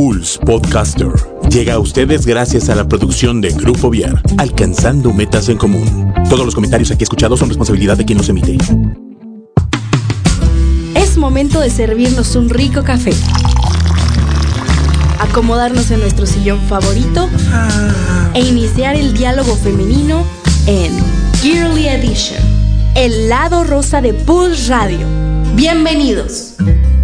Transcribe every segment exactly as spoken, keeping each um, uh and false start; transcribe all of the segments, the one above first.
Pulse Podcaster llega a ustedes gracias a la producción de Grupo Viar, alcanzando metas en común. Todos los comentarios aquí escuchados son responsabilidad de quien los emite. Es momento de servirnos un rico café, acomodarnos en nuestro sillón favorito e iniciar el diálogo femenino en Girly Edition, el lado rosa de Pulse Radio. Bienvenidos.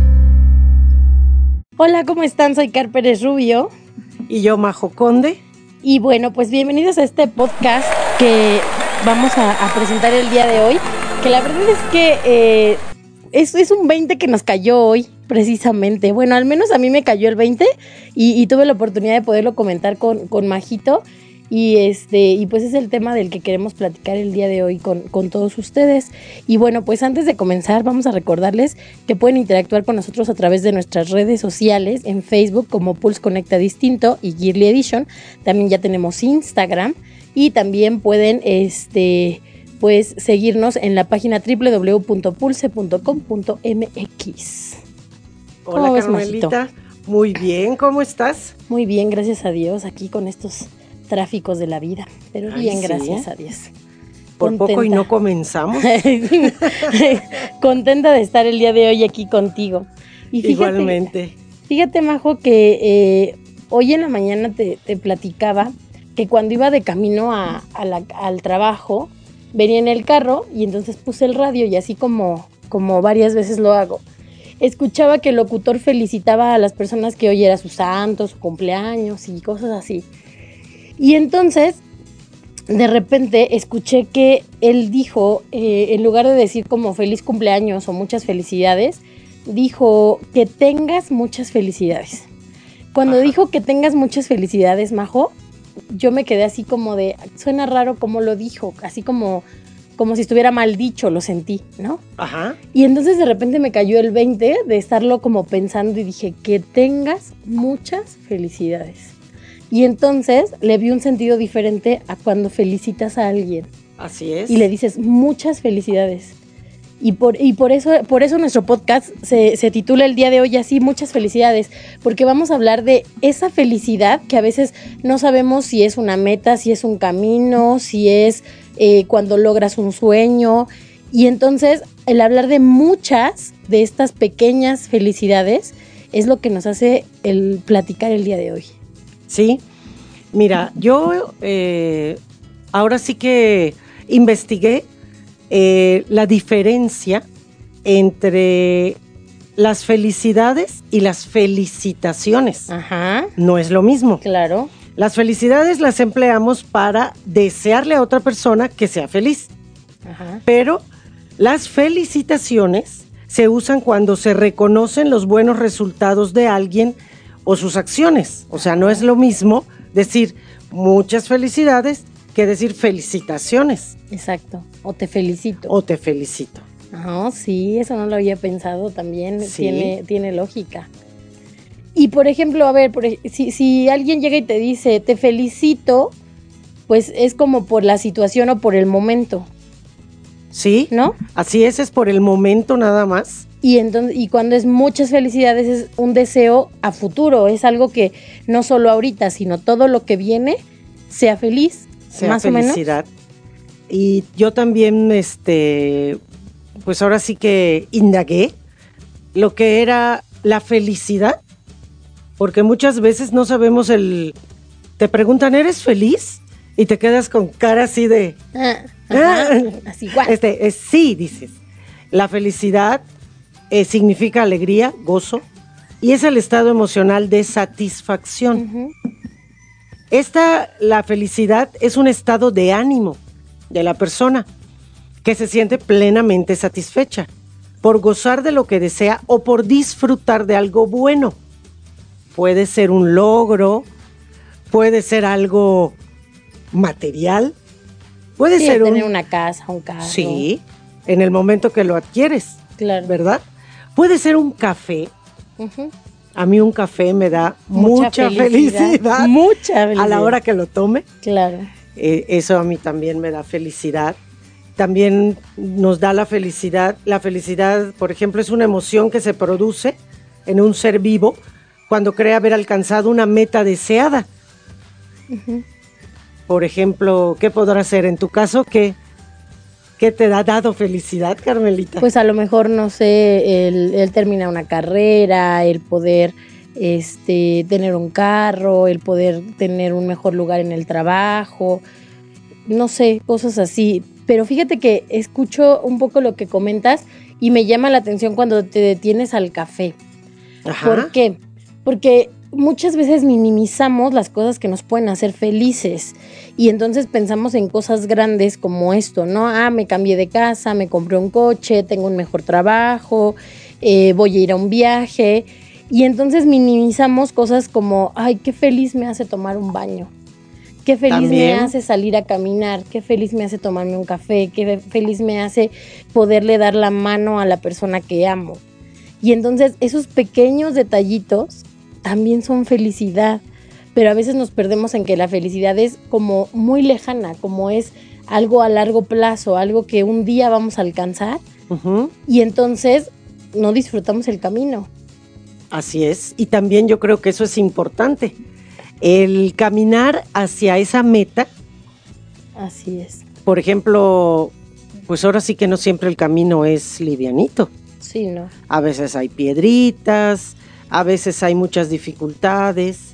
Hola, ¿cómo están? Soy Car Pérez Rubio. Y yo, Majo Conde. Y bueno, pues bienvenidos a este podcast que vamos a, a presentar el día de hoy. Que la verdad es que eh, es, es un veinte que nos cayó hoy, precisamente. Bueno, al menos a mí me cayó el veinte y, y tuve la oportunidad de poderlo comentar con, con Majito. Y este y pues es el tema del que queremos platicar el día de hoy con, con todos ustedes. Y bueno, pues antes de comenzar vamos a recordarles que pueden interactuar con nosotros a través de nuestras redes sociales, en Facebook como Pulse Conecta Distinto y Girly Edition. También ya tenemos Instagram y también pueden este pues seguirnos en la página doble u doble u doble u punto pulse punto com punto m x. Hola, Carmelita. Muy bien, ¿cómo estás? Muy bien, gracias a Dios, aquí con estos tráficos de la vida, pero Ay, bien, sí. Gracias a Dios. Por Contenta. poco y no comenzamos. Contenta de estar el día de hoy aquí contigo. Y fíjate, Igualmente. Fíjate, Majo, que eh, hoy en la mañana te, te platicaba que cuando iba de camino a, a la, al trabajo, venía en el carro y entonces puse el radio y así como, como varias veces lo hago, escuchaba que el locutor felicitaba a las personas que hoy era su santo, su cumpleaños y cosas así. Y entonces, de repente, escuché que él dijo, eh, en lugar de decir como feliz cumpleaños o muchas felicidades, dijo que tengas muchas felicidades. Cuando Ajá. dijo que tengas muchas felicidades, Majo, yo me quedé así como de, suena raro cómo lo dijo, así como, como si estuviera mal dicho, lo sentí, ¿no? Ajá. Y entonces de repente me cayó el veinte de estarlo como pensando y dije, que tengas muchas felicidades. Y entonces le vi un sentido diferente a cuando felicitas a alguien. Así es. Y le dices muchas felicidades. Y por, y por eso, por eso nuestro podcast se, se titula el día de hoy así, muchas felicidades. Porque vamos a hablar de esa felicidad que a veces no sabemos si es una meta, si es un camino, si es eh, cuando logras un sueño. Y entonces el hablar de muchas de estas pequeñas felicidades es lo que nos hace el platicar el día de hoy. Sí, mira, yo eh, ahora sí que investigué eh, la diferencia entre las felicidades y las felicitaciones. Ajá. No es lo mismo. Claro. Las felicidades las empleamos para desearle a otra persona que sea feliz. Ajá. Pero las felicitaciones se usan cuando se reconocen los buenos resultados de alguien o sus acciones. O sea, no es lo mismo decir muchas felicidades que decir felicitaciones. Exacto. O te felicito. O te felicito. Ah, sí, eso no lo había pensado también. Sí. Tiene, tiene lógica. Y por ejemplo, a ver, por, si, si alguien llega y te dice te felicito, pues es como por la situación o por el momento. Sí, ¿no? Así es, es por el momento nada más. Y, entonces, y cuando es muchas felicidades es un deseo a futuro, es algo que no solo ahorita, sino todo lo que viene sea feliz, sea más felicidad. o menos. Y yo también, este, pues ahora sí que indagué lo que era la felicidad, porque muchas veces no sabemos el, te preguntan, ¿eres feliz? Y te quedas con cara así de, ah, ajá, ah, así igual. Este, eh, sí, dices, la felicidad Eh, significa alegría, gozo, y es el estado emocional de satisfacción. Uh-huh. Esta, la felicidad es un estado de ánimo de la persona que se siente plenamente satisfecha por gozar de lo que desea o por disfrutar de algo bueno. Puede ser un logro, puede ser algo material, puede sí, ser tener un, una casa, un carro. Sí, en el momento que lo adquieres, claro. ¿verdad? Puede ser un café. Uh-huh. A mí un café me da mucha, mucha felicidad, felicidad. Mucha felicidad. A la hora que lo tome. Claro. Eh, eso a mí también me da felicidad. También nos da la felicidad. La felicidad, por ejemplo, es una emoción que se produce en un ser vivo cuando cree haber alcanzado una meta deseada. Uh-huh. Por ejemplo, ¿qué podrá ser en tu caso? ¿Qué, qué te ha dado felicidad, Carmelita? Pues a lo mejor, no sé, el, el terminar una carrera, el poder este, tener un carro, el poder tener un mejor lugar en el trabajo, no sé, cosas así. Pero fíjate que escucho un poco lo que comentas y me llama la atención cuando te detienes al café. Ajá. ¿Por qué? Porque muchas veces minimizamos las cosas que nos pueden hacer felices y entonces pensamos en cosas grandes como esto, ¿no? Ah, me cambié de casa, me compré un coche, tengo un mejor trabajo, eh, voy a ir a un viaje y entonces minimizamos cosas como, ay, qué feliz me hace tomar un baño, qué feliz ¿También? me hace salir a caminar, qué feliz me hace tomarme un café, qué feliz me hace poderle dar la mano a la persona que amo. Y entonces esos pequeños detallitos también son felicidad, pero a veces nos perdemos en que la felicidad es como muy lejana, como es algo a largo plazo, algo que un día vamos a alcanzar, uh-huh. y entonces no disfrutamos el camino. Así es, y también yo creo que eso es importante, el caminar hacia esa meta. Así es. Por ejemplo, pues ahora sí que no siempre el camino es livianito. Sí, ¿no? A veces hay piedritas, a veces hay muchas dificultades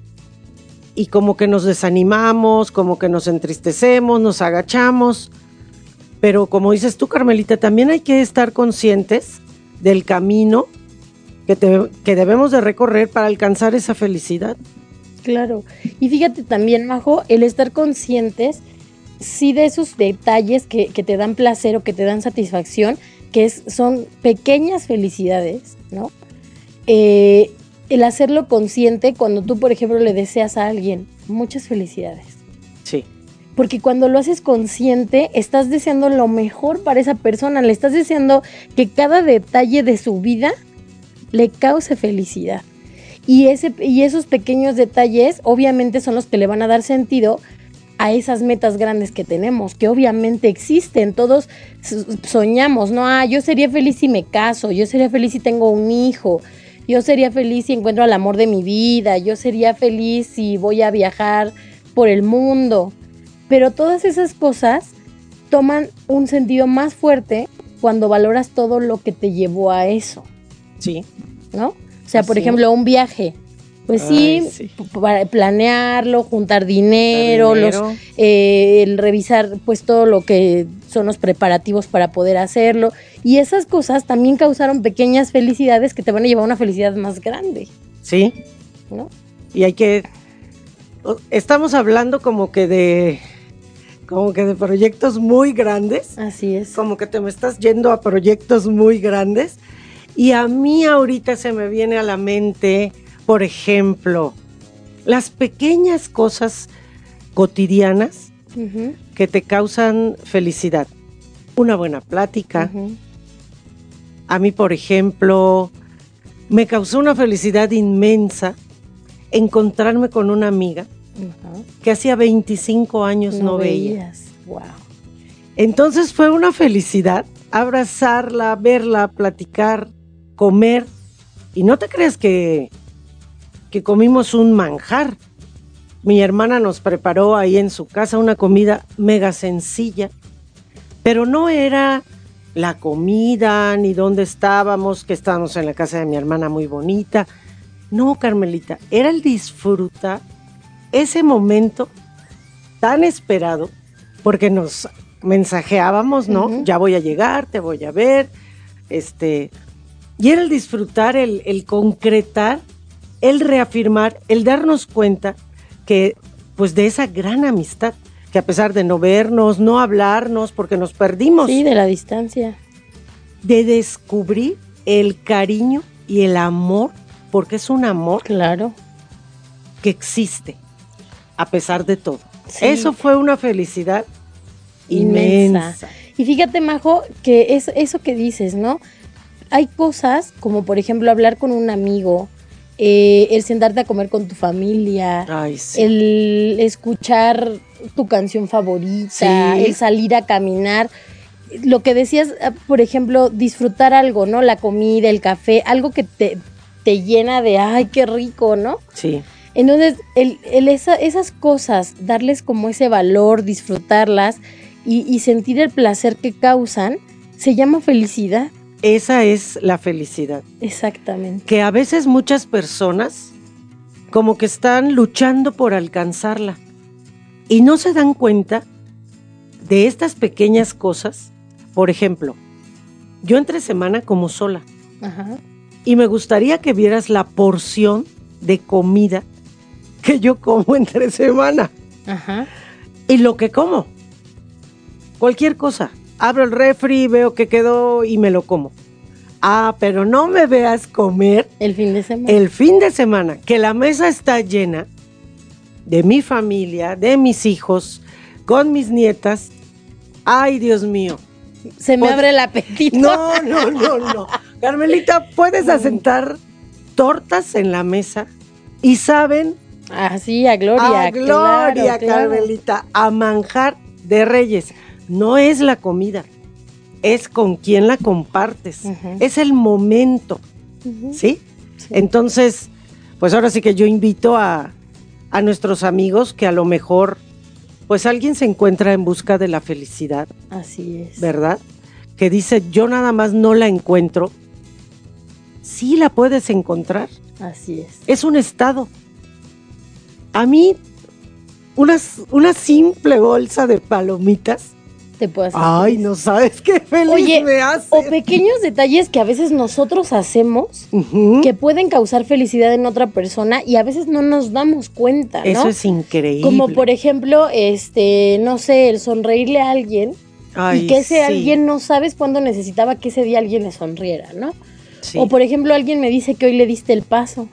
y como que nos desanimamos, como que nos entristecemos, nos agachamos, pero como dices tú, Carmelita, también hay que estar conscientes del camino que, te, que debemos de recorrer para alcanzar esa felicidad. Claro, y fíjate también, Majo, el estar conscientes, sí, de esos detalles que, que te dan placer o que te dan satisfacción, que es, son pequeñas felicidades, ¿no? Eh, el hacerlo consciente cuando tú, por ejemplo, le deseas a alguien muchas felicidades. Sí. Porque cuando lo haces consciente, estás deseando lo mejor para esa persona, le estás deseando que cada detalle de su vida le cause felicidad. Y, ese, y esos pequeños detalles, obviamente, son los que le van a dar sentido a esas metas grandes que tenemos, que obviamente existen, todos soñamos, ¿no? Ah, yo sería feliz si me caso, yo sería feliz si tengo un hijo, yo sería feliz si encuentro al amor de mi vida, yo sería feliz si voy a viajar por el mundo, pero todas esas cosas toman un sentido más fuerte cuando valoras todo lo que te llevó a eso. Sí. ¿No? O sea, Así. Por ejemplo, un viaje. Pues sí, Ay, sí, para planearlo, juntar dinero, dinero. Los, eh, el revisar pues todo lo que son los preparativos para poder hacerlo. Y esas cosas también causaron pequeñas felicidades que te van a llevar a una felicidad más grande. Sí. ¿No? Y hay que... Estamos hablando como que de... como que de proyectos muy grandes. Así es. Como que te me estás yendo a proyectos muy grandes. Y a mí ahorita se me viene a la mente... Por ejemplo, las pequeñas cosas cotidianas uh-huh. que te causan felicidad. Una buena plática. Uh-huh. A mí, por ejemplo, me causó una felicidad inmensa encontrarme con una amiga uh-huh. que hacía veinticinco años no, no veía. Wow. Entonces fue una felicidad abrazarla, verla, platicar, comer. Y no te creas que... que comimos un manjar. Mi hermana nos preparó ahí en su casa una comida mega sencilla, pero no era la comida ni dónde estábamos, que estábamos en la casa de mi hermana muy bonita. No, Carmelita, era el disfrutar ese momento tan esperado, porque nos mensajeábamos, ¿no? Uh-huh. Ya voy a llegar, te voy a ver, este, y era el disfrutar, el, el concretar, el reafirmar, el darnos cuenta que, pues, de esa gran amistad, que a pesar de no vernos, no hablarnos, porque nos perdimos. Sí, de la distancia. De descubrir el cariño y el amor, porque es un amor. Claro. Que existe, a pesar de todo. Sí. Eso fue una felicidad inmensa. inmensa. Y fíjate, Majo, que es eso que dices, ¿no? Hay cosas, como por ejemplo hablar con un amigo, Eh, el sentarte a comer con tu familia, Ay, sí. el escuchar tu canción favorita, sí. el salir a caminar, lo que decías, por ejemplo, disfrutar algo, ¿no? La comida, el café, algo que te, te llena de, ay, qué rico, ¿no? Sí. Entonces, el, el esa, esas cosas, darles como ese valor, disfrutarlas y, y sentir el placer que causan, se llama felicidad. Esa es la felicidad. Exactamente. Que a veces muchas personas como que están luchando por alcanzarla y no se dan cuenta de estas pequeñas cosas. Por ejemplo, yo entre semana como sola. Ajá. Y me gustaría que vieras la porción de comida que yo como entre semana. Ajá. Y lo que como. Cualquier cosa. Abro el refri, veo que quedó y me lo como. Ah, pero no me veas comer El fin de semana. el fin de semana, que la mesa está llena de mi familia, de mis hijos, con mis nietas. Ay, Dios mío. Se me Pues, abre el apetito. No, no, no, no. Carmelita, puedes asentar tortas en la mesa y saben Ah, sí, a gloria. a gloria, claro, claro. Carmelita, a manjar de reyes. No es la comida, es con quién la compartes. Ujú. Es el momento, Ujú. ¿sí? Sí. Entonces, pues ahora sí que yo invito a, a nuestros amigos que a lo mejor, pues alguien se encuentra en busca de la felicidad, Así es. ¿verdad? Que dice, yo nada más no la encuentro. Sí la puedes encontrar. Así es. Es un estado. A mí, una, una simple bolsa de palomitas, Te puedo hacer. ay, feliz. no sabes qué feliz Oye, me hace. o pequeños detalles que a veces nosotros hacemos Ujú. que pueden causar felicidad en otra persona y a veces no nos damos cuenta, ¿no? Eso es increíble. Como por ejemplo, este, no sé, el sonreírle a alguien Ay, y que ese sí, alguien no sabes cuándo necesitaba que ese día alguien le sonriera, ¿no? sí. O por ejemplo, alguien me dice que hoy le diste el paso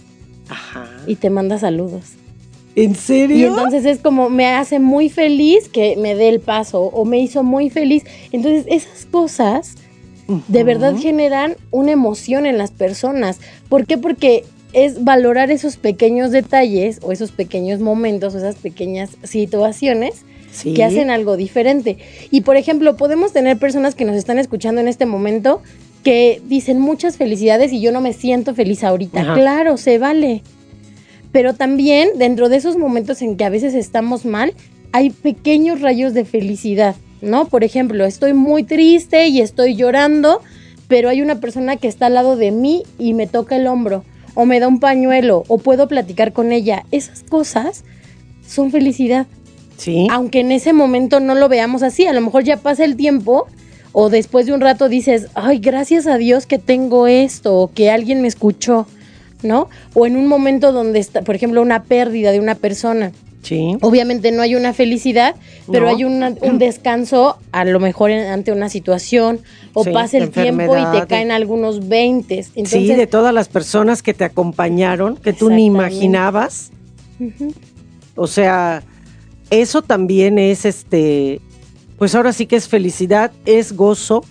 Ajá. y te manda saludos. ¿En serio? Y entonces es como, me hace muy feliz que me dé el paso o me hizo muy feliz. Entonces esas cosas de Ujú. verdad generan una emoción en las personas. ¿Por qué? Porque es valorar esos pequeños detalles o esos pequeños momentos o esas pequeñas situaciones Sí. que hacen algo diferente. Y por ejemplo, podemos tener personas que nos están escuchando en este momento que dicen muchas felicidades y yo no me siento feliz ahorita. Ajá. Claro, se vale. Pero también dentro de esos momentos en que a veces estamos mal, hay pequeños rayos de felicidad, ¿no? Por ejemplo, estoy muy triste y estoy llorando, pero hay una persona que está al lado de mí y me toca el hombro, o me da un pañuelo, o puedo platicar con ella. Esas cosas son felicidad. Sí. Aunque en ese momento no lo veamos así, a lo mejor ya pasa el tiempo o después de un rato dices, ay, gracias a Dios que tengo esto o que alguien me escuchó, ¿no? O en un momento donde está, por ejemplo, una pérdida de una persona. Sí. Obviamente no hay una felicidad, pero No. hay una- un descanso a lo mejor en- ante una situación o Sí, pasa el de tiempo y te enfermedad, caen de- algunos veintes. Entonces, Sí, de todas las personas que te acompañaron, que tú ni Exactamente. imaginabas. Ujú. O sea, eso también es este, pues ahora sí que es felicidad, es gozo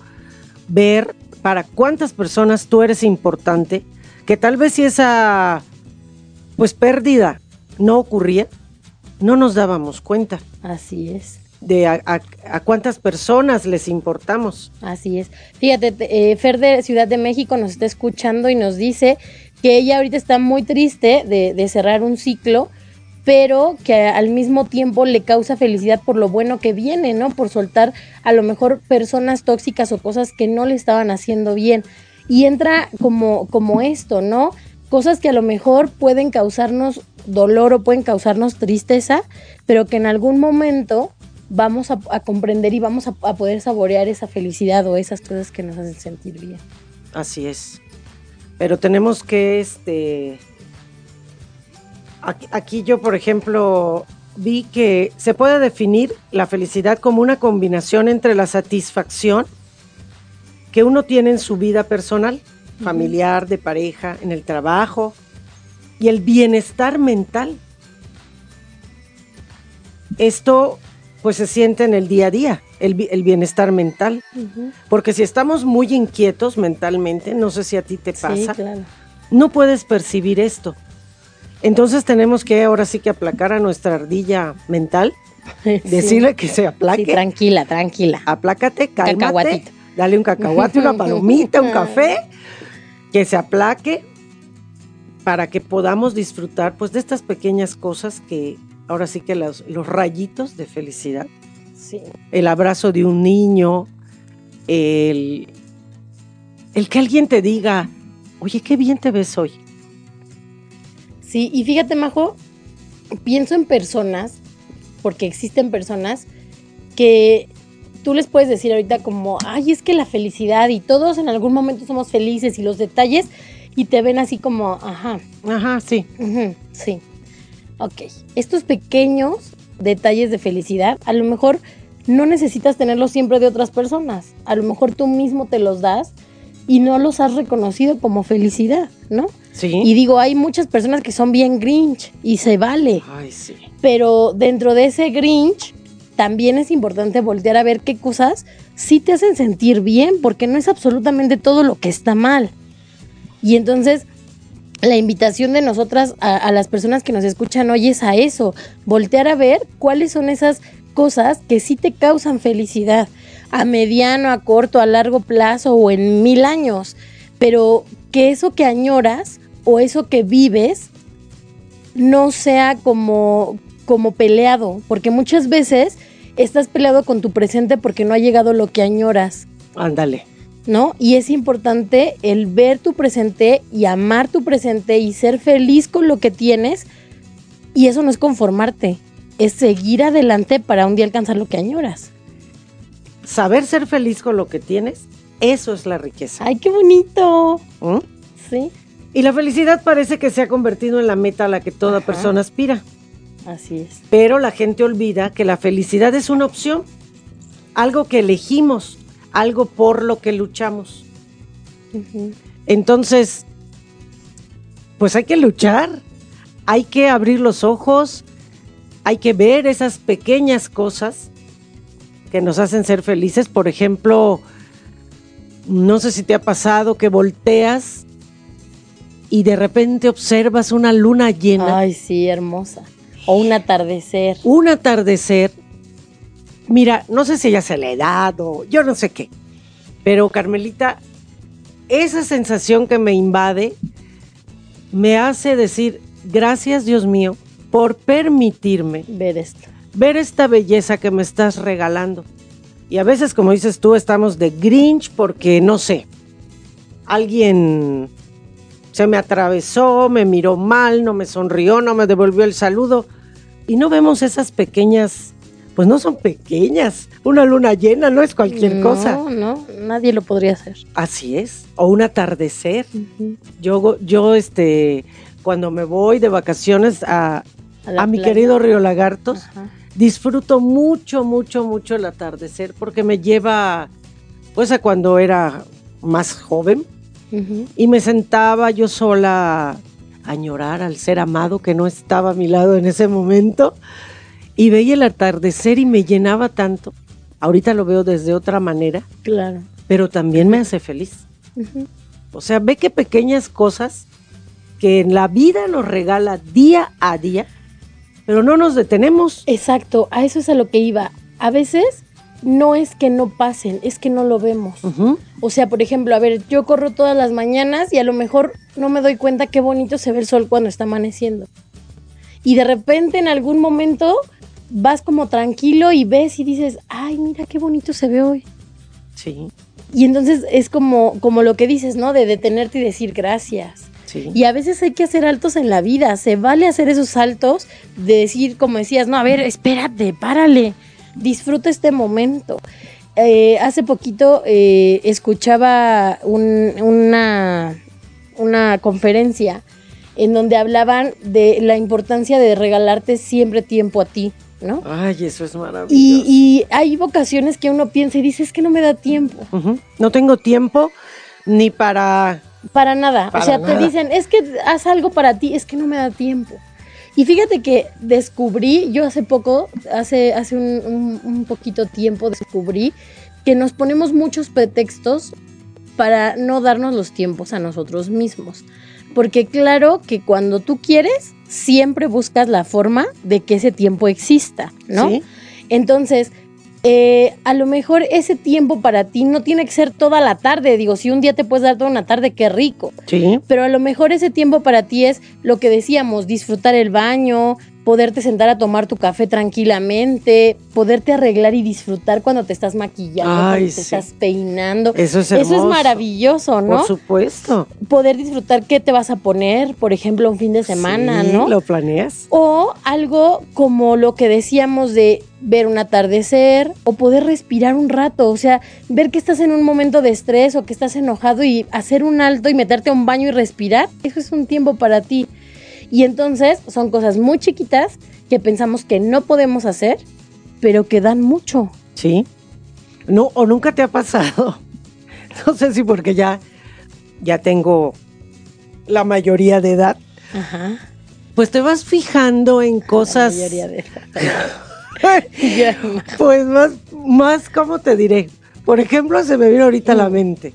ver para cuántas personas tú eres importante, que tal vez si esa pues pérdida no ocurría, no nos dábamos cuenta Así es. de a, a- a cuántas personas les importamos. Así es. Fíjate, te- eh, Fer de Ciudad de México nos está escuchando y nos dice que ella ahorita está muy triste de, de cerrar un ciclo, pero que al mismo tiempo le causa felicidad por lo bueno que viene, ¿no? Por soltar a lo mejor personas tóxicas o cosas que no le estaban haciendo bien. Y entra como, como esto, ¿no? Cosas que a lo mejor pueden causarnos dolor o pueden causarnos tristeza, pero que en algún momento vamos a, a comprender y vamos a, a poder saborear esa felicidad o esas cosas que nos hacen sentir bien. Así es. Pero tenemos que, este, aquí, aquí yo, por ejemplo, vi que se puede definir la felicidad como una combinación entre la satisfacción que uno tiene en su vida personal, familiar, de pareja, en el trabajo, y el bienestar mental. Esto, pues, se siente en el día a día, el, bi- el bienestar mental. Uh-huh. Porque si estamos muy inquietos mentalmente, no sé si a ti te pasa, Sí, claro. no puedes percibir esto. Entonces tenemos que ahora sí que aplacar a nuestra ardilla mental, decirle que se aplaque, Sí, tranquila, tranquila. aplácate, cálmate, Cacahuatito. dale un cacahuate, una palomita, un café, que se aplaque para que podamos disfrutar pues de estas pequeñas cosas que ahora sí que los, los rayitos de felicidad. Sí. El abrazo de un niño, el, el que alguien te diga, oye, qué bien te ves hoy. Sí, y fíjate, Majo, pienso en personas, porque existen personas que tú les puedes decir ahorita como, ay, es que la felicidad y todos en algún momento somos felices y los detalles, y te ven así como, ajá. Ajá, sí. Uh-huh, sí. Ok, estos pequeños detalles de felicidad, a lo mejor no necesitas tenerlos siempre de otras personas. A lo mejor tú mismo te los das y no los has reconocido como felicidad, ¿no? Sí. Y digo, hay muchas personas que son bien Grinch y se vale. Ay, sí. Pero dentro de ese Grinch también es importante voltear a ver qué cosas sí te hacen sentir bien, porque no es absolutamente todo lo que está mal. Y entonces la invitación de nosotras a, a las personas que nos escuchan hoy es a eso, voltear a ver cuáles son esas cosas que sí te causan felicidad, a mediano, a corto, a largo plazo o en mil años, pero que eso que añoras o eso que vives no sea como, como peleado, porque muchas veces estás peleado con tu presente porque no ha llegado lo que añoras. Ándale. ¿No? Y es importante el ver tu presente y amar tu presente y ser feliz con lo que tienes, y eso no es conformarte, es seguir adelante para un día alcanzar lo que añoras. Saber ser feliz con lo que tienes, eso es la riqueza. ¡Ay, qué bonito! ¿Mm? Sí. Y la felicidad parece que se ha convertido en la meta a la que toda Ajá. persona aspira. Así es. Pero la gente olvida que la felicidad es una opción, algo que elegimos, algo por lo que luchamos. Uh-huh. Entonces, pues hay que luchar, hay que abrir los ojos, hay que ver esas pequeñas cosas que nos hacen ser felices. Por ejemplo, no sé si te ha pasado que volteas y de repente observas una luna llena. Ay, sí, hermosa. O un atardecer. Un atardecer. Mira, no sé si ya sea la edad o yo no sé qué, pero Carmelita, esa sensación que me invade me hace decir, gracias Dios mío por permitirme Ver esto. ver esta belleza que me estás regalando. Y a veces, como dices tú, estamos de Grinch porque, no sé, alguien se me atravesó, me miró mal, no me sonrió, no me devolvió el saludo, y no vemos esas pequeñas. Pues no son pequeñas. Una luna llena no es cualquier no, cosa. No, no, nadie lo podría hacer. Así es. O un atardecer. Uh-huh. Yo, yo, este, cuando me voy de vacaciones a, a, a mi querido Río Lagartos, ajá, disfruto mucho, mucho, mucho el atardecer porque me lleva, pues, a cuando era más joven. Uh-huh. Y me sentaba yo sola a añorar al ser amado que no estaba a mi lado en ese momento. Y veía el atardecer y me llenaba tanto. Ahorita lo veo desde otra manera. Claro. Pero también me hace feliz. Uh-huh. O sea, ve qué pequeñas cosas que en la vida nos regala día a día, pero no nos detenemos. Exacto, a eso es a lo que iba. A veces no es que no pasen, es que no lo vemos. Uh-huh. O sea, por ejemplo, a ver, yo corro todas las mañanas y a lo mejor no me doy cuenta qué bonito se ve el sol cuando está amaneciendo. Y de repente en algún momento vas como tranquilo y ves y dices, ay, mira qué bonito se ve hoy. Sí. Y entonces es como, como lo que dices, ¿no? De detenerte y decir gracias. Sí. Y a veces hay que hacer altos en la vida, se vale hacer esos saltos, de decir, como decías, no, a ver, espérate, párale, disfruta este momento. Eh, hace poquito eh, escuchaba un, una, una conferencia en donde hablaban de la importancia de regalarte siempre tiempo a ti, ¿no? Ay, eso es maravilloso. Y, y hay vocaciones que uno piensa y dice, es que no me da tiempo. Uh-huh. No tengo tiempo ni para... Para nada, para o sea, nada. Te dicen, es que haz algo para ti, es que no me da tiempo. Y fíjate que descubrí, yo hace poco, hace, hace un, un, un poquito tiempo descubrí que nos ponemos muchos pretextos para no darnos los tiempos a nosotros mismos. Porque claro que cuando tú quieres, siempre buscas la forma de que ese tiempo exista, ¿no? ¿Sí? Entonces, eh, a lo mejor ese tiempo para ti no tiene que ser toda la tarde. Digo, si un día te puedes dar toda una tarde, qué rico. Sí. Pero a lo mejor ese tiempo para ti es lo que decíamos, disfrutar el baño, poderte sentar a tomar tu café tranquilamente, poderte arreglar y disfrutar cuando te estás maquillando, Ay, cuando te sí. estás peinando. Eso es hermoso. Eso es maravilloso, ¿no? Por supuesto. Poder disfrutar qué te vas a poner, por ejemplo, un fin de semana, Sí, ¿no? ¿lo planeas? O algo como lo que decíamos de ver un atardecer o poder respirar un rato, o sea, ver que estás en un momento de estrés o que estás enojado y hacer un alto y meterte a un baño y respirar, eso es un tiempo para ti. Y entonces son cosas muy chiquitas que pensamos que no podemos hacer, pero que dan mucho. Sí. No, o nunca te ha pasado. No sé si porque ya, ya tengo la mayoría de edad. Ajá. Pues te vas fijando en cosas. La mayoría de edad. Ya, Pues más, más, ¿cómo te diré? Por ejemplo, se me vino ahorita a la mente.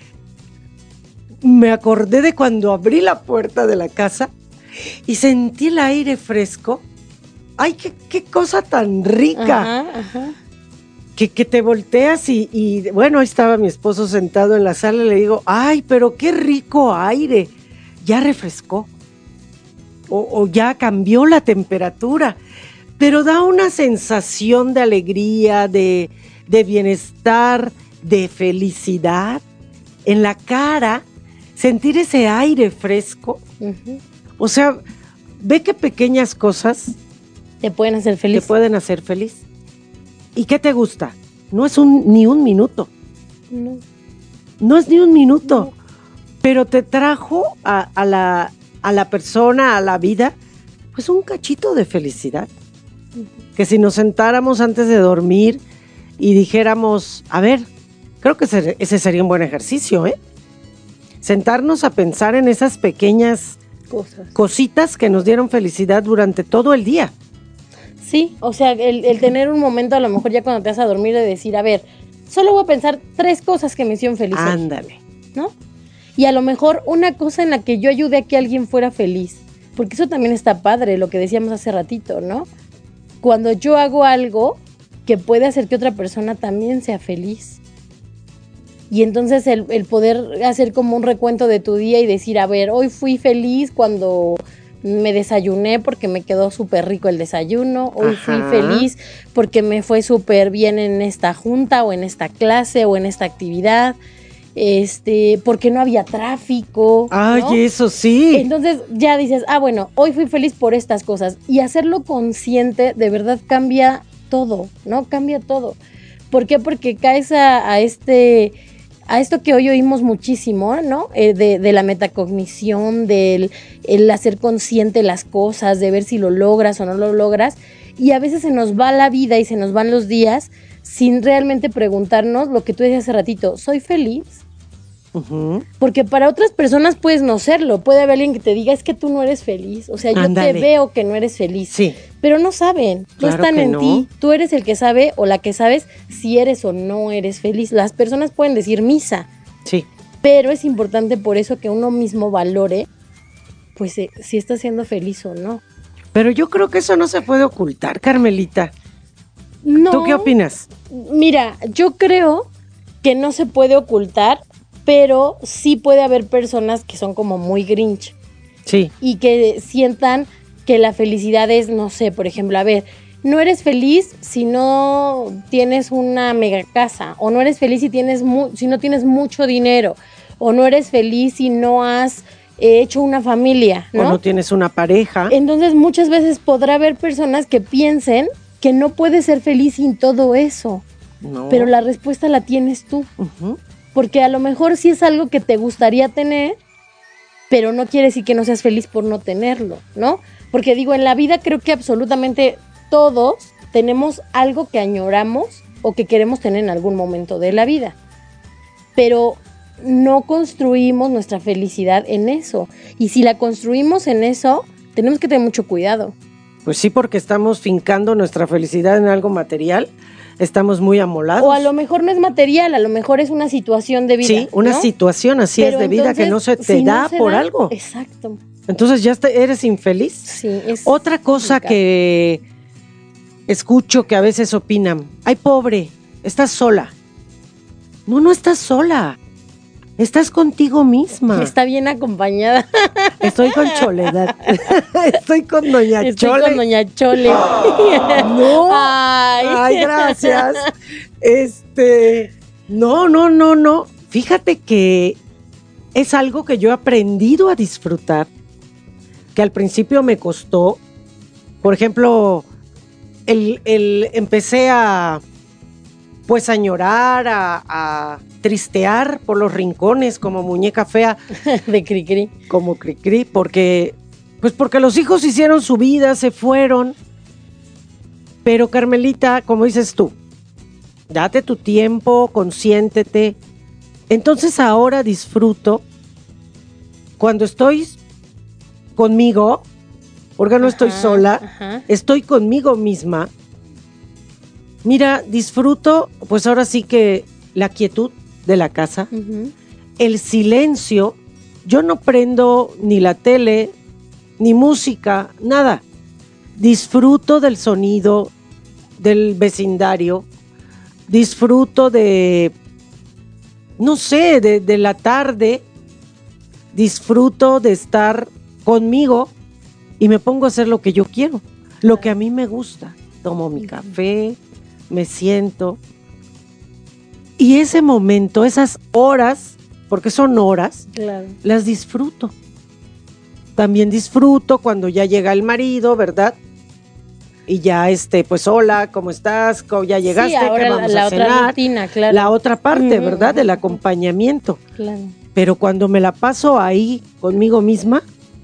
Me acordé de cuando abrí la puerta de la casa y sentí el aire fresco. ¡Ay, qué, qué cosa tan rica! Ajá, ajá. Que, que te volteas y, y, bueno, ahí estaba mi esposo sentado en la sala y le digo, ¡ay, pero qué rico aire! Ya refrescó. O, o ya cambió la temperatura. Pero da una sensación de alegría, de, de bienestar, de felicidad. En la cara, sentir ese aire fresco. Uh-huh. O sea, ve que pequeñas cosas Te pueden hacer feliz. te pueden hacer feliz. ¿Y qué te gusta? No es un, ni un minuto. No. No es ni un minuto. No. Pero te trajo a, a, la, a la persona, a la vida, pues un cachito de felicidad. Uh-huh. Que si nos sentáramos antes de dormir y dijéramos, a ver, creo que ese, ese sería un buen ejercicio, ¿eh? Sentarnos a pensar en esas pequeñas Cosas. cositas que nos dieron felicidad durante todo el día. Sí, o sea, el, el tener un momento a lo mejor ya cuando te vas a dormir de decir, a ver, solo voy a pensar tres cosas que me hicieron feliz. Ándale. ¿No? Y a lo mejor una cosa en la que yo ayude a que alguien fuera feliz, porque eso también está padre, lo que decíamos hace ratito, ¿no? Cuando yo hago algo que puede hacer que otra persona también sea feliz. Y entonces el, el poder hacer como un recuento de tu día y decir, a ver, hoy fui feliz cuando me desayuné porque me quedó súper rico el desayuno, hoy Ajá. fui feliz porque me fue súper bien en esta junta o en esta clase o en esta actividad, este, porque no había tráfico. Ay, ¿no? eso sí. Entonces ya dices, ah, bueno, hoy fui feliz por estas cosas. Y hacerlo consciente de verdad cambia todo, ¿no? Cambia todo. ¿Por qué? Porque caes a, a este... a esto que hoy oímos muchísimo, ¿no? Eh, de, de la metacognición, del el hacer consciente las cosas, de ver si lo logras o no lo logras. Y a veces se nos va la vida y se nos van los días sin realmente preguntarnos lo que tú decías hace ratito, ¿soy feliz? Uh-huh. Porque para otras personas puedes no serlo. Puede haber alguien que te diga, es que tú no eres feliz. O sea, yo Ándale. te veo que no eres feliz. Sí. Pero no saben, no Claro están que en no. ti. Tú eres el que sabe o la que sabes si eres o no eres feliz. Las personas pueden decir misa, Sí. pero es importante por eso que uno mismo valore, pues eh, si está siendo feliz o no. Pero yo creo que eso no se puede ocultar, Carmelita. No. ¿Tú qué opinas? Mira, yo creo que no se puede ocultar, pero sí puede haber personas que son como muy grinch Sí. y que sientan que la felicidad es, no sé, por ejemplo, a ver, no eres feliz si no tienes una mega casa, o no eres feliz si tienes mu- si no tienes mucho dinero, o no eres feliz si no has eh, hecho una familia, ¿no? O no tienes una pareja. Entonces muchas veces podrá haber personas que piensen que no puedes ser feliz sin todo eso, No. pero la respuesta la tienes tú. Uh-huh. Porque a lo mejor sí es algo que te gustaría tener, pero no quiere decir que no seas feliz por no tenerlo, ¿no? Porque digo, en la vida creo que absolutamente todos tenemos algo que añoramos o que queremos tener en algún momento de la vida. Pero no construimos nuestra felicidad en eso. Y si la construimos en eso, tenemos que tener mucho cuidado. Pues sí, porque estamos fincando nuestra felicidad en algo material. Estamos muy amolados. O a lo mejor no es material, a lo mejor es una situación de vida. Sí, una ¿no? situación así Pero es de vida que entonces, no se te si no da se por da, algo. Exacto. Entonces ya te- eres infeliz. Sí, es Otra cosa complicado. que escucho que a veces opinan, ay pobre, estás sola. No, no estás sola. Estás contigo misma. Está bien acompañada. Estoy con Choledad. Estoy con Doña Estoy Chole. con Doña Chole. No. Ay. Ay, gracias. Este, no, no, no, no. Fíjate que es algo que yo he aprendido a disfrutar, que al principio me costó. Por ejemplo, el, el empecé a, pues, a llorar, a, a tristear por los rincones como muñeca fea. De Cricri. Como Cricri, porque, pues porque los hijos hicieron su vida, se fueron. Pero Carmelita, como dices tú, date tu tiempo, consiéntete. Entonces ahora disfruto cuando estoy conmigo, porque no Ajá, estoy sola, ajá. estoy conmigo misma. Mira, disfruto, pues ahora sí que la quietud de la casa, Uh-huh. el silencio. Yo no prendo ni la tele, ni música, nada. Disfruto del sonido del vecindario, disfruto de, no sé, de, de la tarde, disfruto de estar conmigo y me pongo a hacer lo que yo quiero, lo que a mí me gusta. Tomo mi café, me siento. Y ese momento, esas horas, porque son horas, Claro. las disfruto. También disfruto cuando ya llega el marido, ¿verdad? Y ya, este, pues, hola, ¿cómo estás? ¿Cómo ya llegaste? Sí, ahora ¿Qué la, vamos la a otra cenar? rutina, claro. La otra parte, Ujú, ¿verdad? ujú, Del ujú. acompañamiento. Claro. Pero cuando me la paso ahí conmigo misma,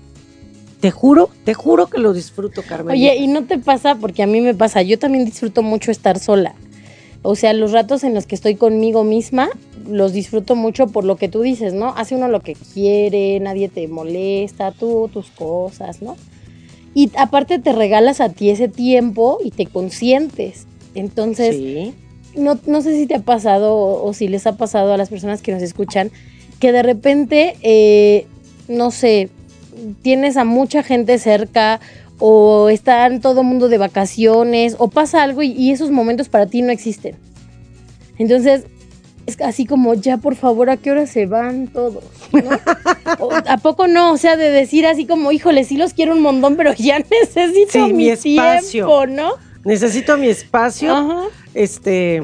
te juro, te juro que lo disfruto, Carmelita. Oye, ¿y no te pasa? Porque a mí me pasa, yo también disfruto mucho estar sola. O sea, los ratos en los que estoy conmigo misma, los disfruto mucho por lo que tú dices, ¿no? Hace uno lo que quiere, nadie te molesta, tú, tus cosas, ¿no? Y aparte te regalas a ti ese tiempo y te consientes. Entonces, Sí. no, no sé si te ha pasado o, o si les ha pasado a las personas que nos escuchan, que de repente, eh, no sé, tienes a mucha gente cerca o están todo el mundo de vacaciones o pasa algo y, y esos momentos para ti no existen. Entonces, es así como, ya por favor, ¿a qué hora se van todos? ¿No? O, ¿a poco no? O sea, de decir así como, híjole, sí los quiero un montón, pero ya necesito Sí, mi, mi espacio. tiempo, ¿no? Necesito mi espacio. Ajá. Este.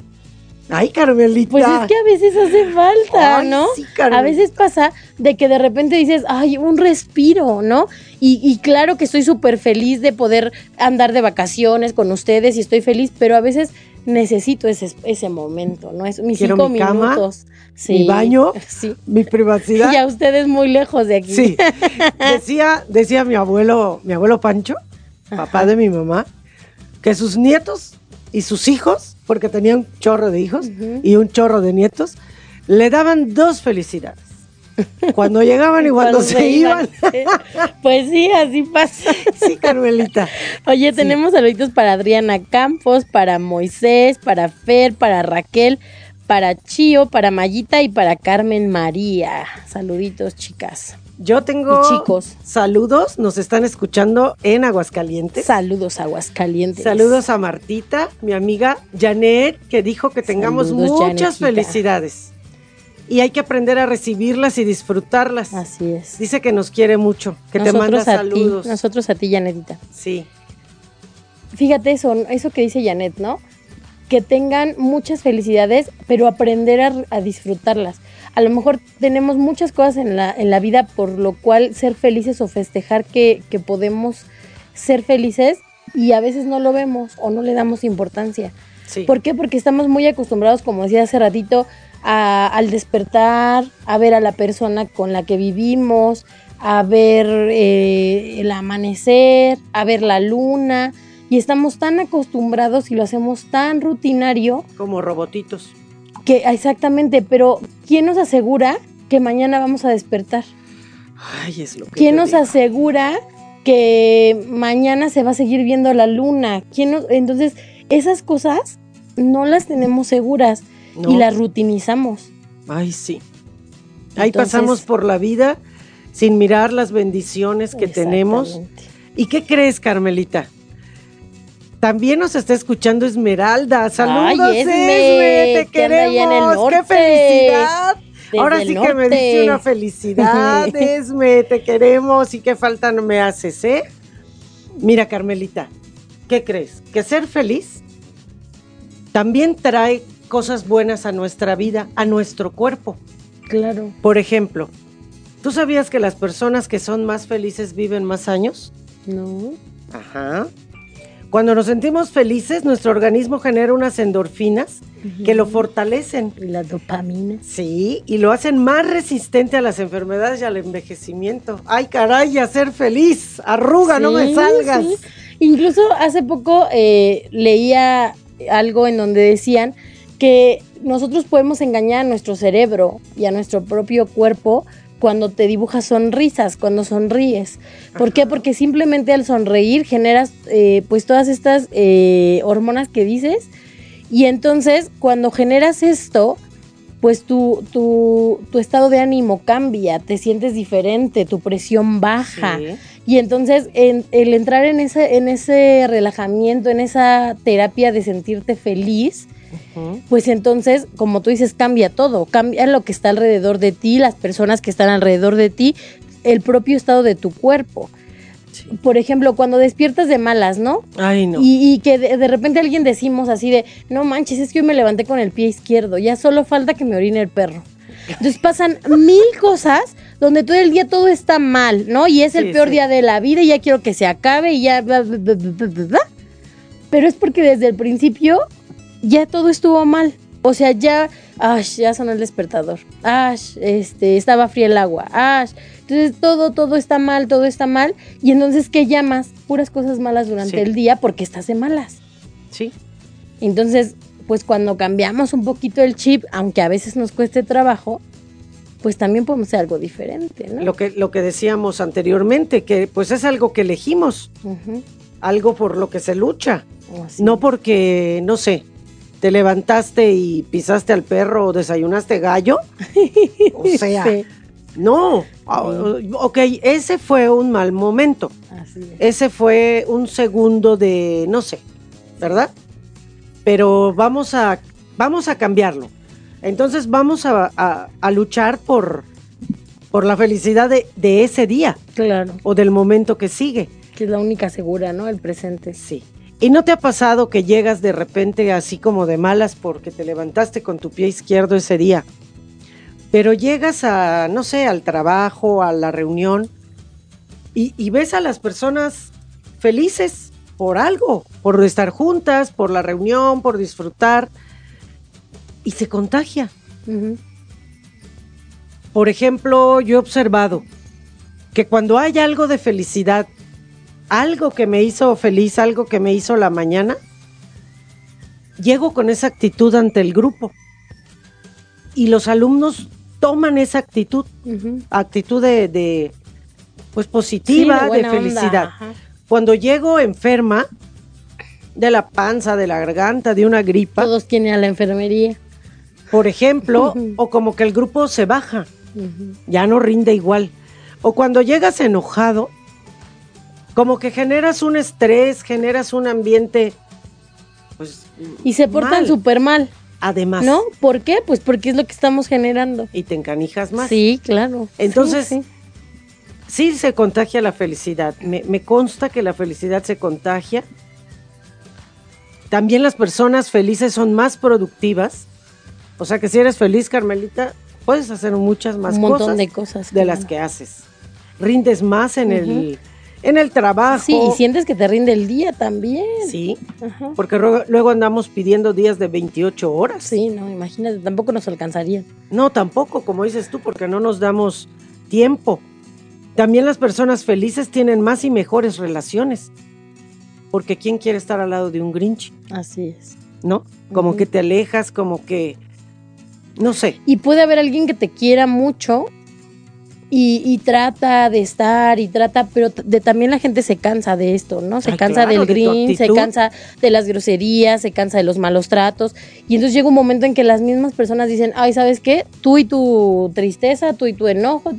Ay, Carmelita. Pues es que a veces hace falta, Ay, ¿no? sí, Carmen. A veces pasa de que de repente dices, ay, un respiro, ¿no? Y, y claro que estoy súper feliz de poder andar de vacaciones con ustedes y estoy feliz, pero a veces necesito ese, ese momento, ¿no? Es mis Quiero cinco mi cama, minutos. Sí, mi baño, sí. mi privacidad. Y a ustedes muy lejos de aquí. Sí. Decía, decía mi abuelo, mi abuelo Pancho, papá Ajá. de mi mamá, que sus nietos y sus hijos, porque tenía un chorro de hijos Ujú. y un chorro de nietos, le daban dos felicidades. Cuando llegaban y cuando, se iban. Pues sí, así pasa. Sí, Carmelita. Oye, Sí. tenemos saluditos para Adriana Campos, para Moisés, para Fer, para Raquel, para Chío, para Mayita y para Carmen María. Saluditos, chicas. Yo tengo Y chicos. saludos, nos están escuchando en Aguascalientes. Saludos, Aguascalientes. Saludos a Martita, mi amiga Janet, que dijo que tengamos Saludos, muchas Janetita. felicidades. Y hay que aprender a recibirlas y disfrutarlas. Así es. Dice que nos quiere mucho, que te manda Nosotros a saludos. ti, nosotros a ti, Janetita. Sí. Fíjate eso, eso que dice Janet, ¿no? Que tengan muchas felicidades, pero aprender a, a disfrutarlas. A lo mejor tenemos muchas cosas en la, en la vida por lo cual ser felices o festejar que, que podemos ser felices y a veces no lo vemos o no le damos importancia. Sí. ¿Por qué? Porque estamos muy acostumbrados, como decía hace ratito, a, al despertar, a ver a la persona con la que vivimos, a ver eh, el amanecer, a ver la luna, y estamos tan acostumbrados y lo hacemos tan rutinario Como robotitos. que exactamente, pero ¿quién nos asegura que mañana vamos a despertar? Ay, es lo que ¿Quién te nos digo. asegura que mañana se va a seguir viendo la luna? ¿Quién nos... Entonces, esas cosas no las tenemos seguras No. y las rutinizamos. Ay, sí. Ahí Entonces- pasamos por la vida sin mirar las bendiciones que tenemos. Exactamente. ¿Y qué crees, Carmelita? También nos está escuchando Esmeralda. Saludos, Ay, Esme, Esme, te que anda allá en el queremos. norte. ¡Qué felicidad! Desde Ahora el sí que me norte. diste una felicidad, Esme, te queremos y qué falta no me haces, ¿eh? Mira, Carmelita, ¿qué crees? Que ser feliz también trae cosas buenas a nuestra vida, a nuestro cuerpo. Claro. Por ejemplo, ¿tú sabías que las personas que son más felices viven más años? No. Ajá. Cuando nos sentimos felices, nuestro organismo genera unas endorfinas uh-huh. que lo fortalecen. Y la dopamina. Sí, y lo hacen más resistente a las enfermedades y al envejecimiento. ¡Ay, caray, a ser feliz! ¡Arruga, sí, no me salgas! Sí. Incluso hace poco eh, leía algo en donde decían que nosotros podemos engañar a nuestro cerebro y a nuestro propio cuerpo cuando te dibujas sonrisas, cuando sonríes. ¿Por Ajá. qué? Porque simplemente al sonreír generas eh, pues todas estas eh, hormonas que dices, y entonces cuando generas esto, pues tu, tu, tu estado de ánimo cambia, te sientes diferente, tu presión baja, sí. y entonces en, el entrar en ese, en ese relajamiento, en esa terapia de sentirte feliz, uh-huh. pues entonces, como tú dices, cambia todo, cambia lo que está alrededor de ti, las personas que están alrededor de ti, el propio estado de tu cuerpo. Sí. Por ejemplo, cuando despiertas de malas, ¿no? Ay, no. Y, y que de, de repente alguien decimos así de, no manches, es que hoy me levanté con el pie izquierdo, ya solo falta que me orine el perro. Entonces pasan mil cosas donde todo el día todo está mal, ¿no? Y es el sí, peor sí. día de la vida y ya quiero que se acabe y ya... Bla, bla, bla, bla, bla, bla. Pero es porque desde el principio ya todo estuvo mal. O sea, ya, ash, ya sonó el despertador. Ash, este, estaba fría el agua. Ash. Entonces todo, todo está mal, todo está mal. Y entonces, ¿qué llamas? Puras cosas malas durante sí. el día porque estás de malas. Sí. Entonces, pues cuando cambiamos un poquito el chip, aunque a veces nos cueste trabajo, pues también podemos hacer algo diferente, ¿no? Lo que, lo que decíamos anteriormente, que pues es algo que elegimos. Uh-huh. Algo por lo que se lucha. Oh, sí. No porque, no sé, te levantaste y pisaste al perro o desayunaste gallo. O sea, sí. no. Sí. Ok, ese fue un mal momento. Así es. Ese fue un segundo de, no sé, ¿verdad? Pero vamos a, vamos a cambiarlo. Entonces vamos a, a, a luchar por, por la felicidad de, de ese día. Claro. O del momento que sigue. Que es la única segura, ¿no? El presente. Sí. ¿Y no te ha pasado que llegas de repente así como de malas porque te levantaste con tu pie izquierdo ese día? Pero llegas a, no sé, al trabajo, a la reunión y, y ves a las personas felices por algo, por estar juntas, por la reunión, por disfrutar, y se contagia. Uh-huh. Por ejemplo, yo he observado que cuando hay algo de felicidad, algo que me hizo feliz, algo que me hizo la mañana, llego con esa actitud ante el grupo. Y los alumnos toman esa actitud, uh-huh. actitud de, de pues positiva, sí, de, de felicidad. Cuando llego enferma, de la panza, de la garganta, de una gripa. Todos quieren a la enfermería. Por ejemplo, uh-huh. o como que el grupo se baja, uh-huh. ya no rinde igual. O cuando llegas enojado, como que generas un estrés, generas un ambiente, pues, y se portan súper mal. Además. ¿No? ¿Por qué? Pues porque es lo que estamos generando. Y te encanijas más. Sí, claro. Entonces, sí, sí. sí se contagia la felicidad. Me, me consta que la felicidad se contagia. También las personas felices son más productivas. O sea que si eres feliz, Carmelita, puedes hacer muchas más cosas. Un montón de cosas. De claro. las que haces. Rindes más en uh-huh. el... en el trabajo. Sí, y sientes que te rinde el día también. Sí, uh-huh. porque luego, luego andamos pidiendo días de veintiocho horas. Sí, no, imagínate, tampoco nos alcanzaría. No, tampoco, como dices tú, porque no nos damos tiempo. También las personas felices tienen más y mejores relaciones. Porque ¿quién quiere estar al lado de un Grinch? Así es. ¿No? Como uh-huh. que te alejas, como que, no sé. Y puede haber alguien que te quiera mucho Y, y trata de estar y trata, pero de, también la gente se cansa de esto, ¿no? Se Ay, cansa claro, del green, se cansa de las groserías, se cansa de los malos tratos. Y entonces llega un momento en que las mismas personas dicen, ay, ¿sabes qué? Tú y tu tristeza, tú y tu enojo, tú...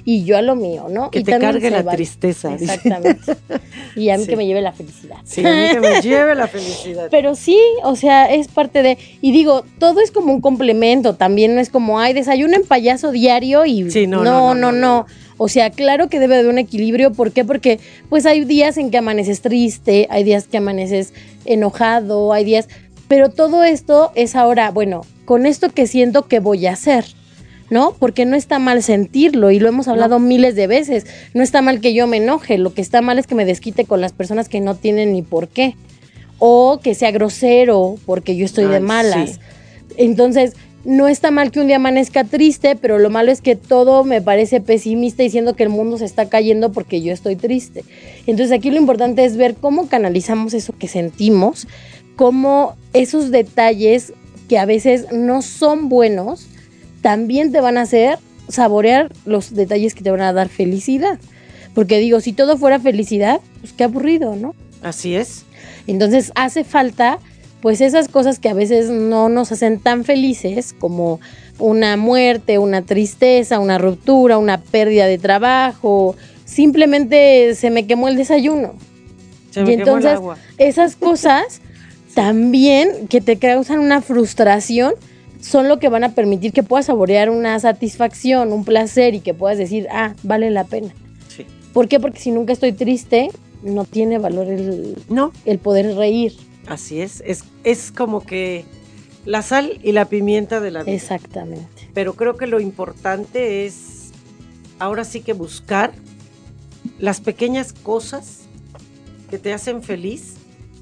y yo a lo mío, ¿no? Que y te cargue la vale. tristeza. Exactamente. Y a mí sí. que me lleve la felicidad. Sí, a mí que me lleve la felicidad. Pero sí, o sea, es parte de, y digo, todo es como un complemento, también no es como, ay, desayuno en payaso diario y sí, no, no, no, no, no, no, no. no. O sea, claro que debe haber un equilibrio. ¿Por qué? Porque pues hay días en que amaneces triste, hay días que amaneces enojado, hay días... Pero todo esto es ahora, bueno, con esto que siento que voy a hacer, ¿no? Porque no está mal sentirlo y lo hemos hablado no. miles de veces. No está mal que yo me enoje, lo que está mal es que me desquite con las personas que no tienen ni por qué. O que sea grosero porque yo estoy Ay, de malas. Sí. Entonces... No está mal que un día amanezca triste, pero lo malo es que todo me parece pesimista diciendo que el mundo se está cayendo porque yo estoy triste. Entonces aquí lo importante es ver cómo canalizamos eso que sentimos, cómo esos detalles que a veces no son buenos, también te van a hacer saborear los detalles que te van a dar felicidad. Porque digo, si todo fuera felicidad, pues qué aburrido, ¿no? Así es. Entonces hace falta... pues esas cosas que a veces no nos hacen tan felices, como una muerte, una tristeza, una ruptura, una pérdida de trabajo, simplemente se me quemó el desayuno. Se me y entonces quemó el agua. Esas cosas también que te causan una frustración son lo que van a permitir que puedas saborear una satisfacción, un placer y que puedas decir, ah, vale la pena. Sí. ¿Por qué? Porque si nunca estoy triste, no tiene valor el, no. el poder reír. Así es, es, es como que la sal y la pimienta de la vida. Exactamente. Pero creo que lo importante es ahora sí que buscar las pequeñas cosas que te hacen feliz,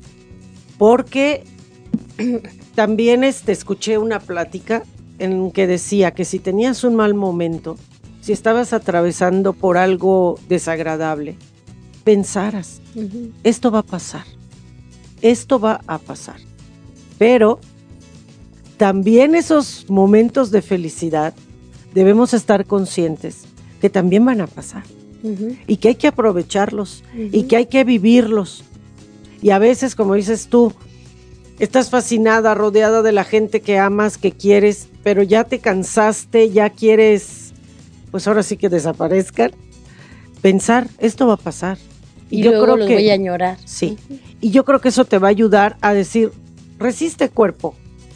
porque también este, escuché una plática en que decía que si tenías un mal momento, si estabas atravesando por algo desagradable, pensaras, uh-huh. esto va a pasar. Esto va a pasar, pero también esos momentos de felicidad debemos estar conscientes que también van a pasar uh-huh. y que hay que aprovecharlos uh-huh. y que hay que vivirlos. Y a veces, como dices tú, estás fascinada, rodeada de la gente que amas, que quieres, pero ya te cansaste, ya quieres, pues ahora sí que desaparezcan. Pensar, esto va a pasar. Y, y yo luego creo los que, voy a añorar. Sí. Y yo creo que eso te va a ayudar a decir, resiste cuerpo.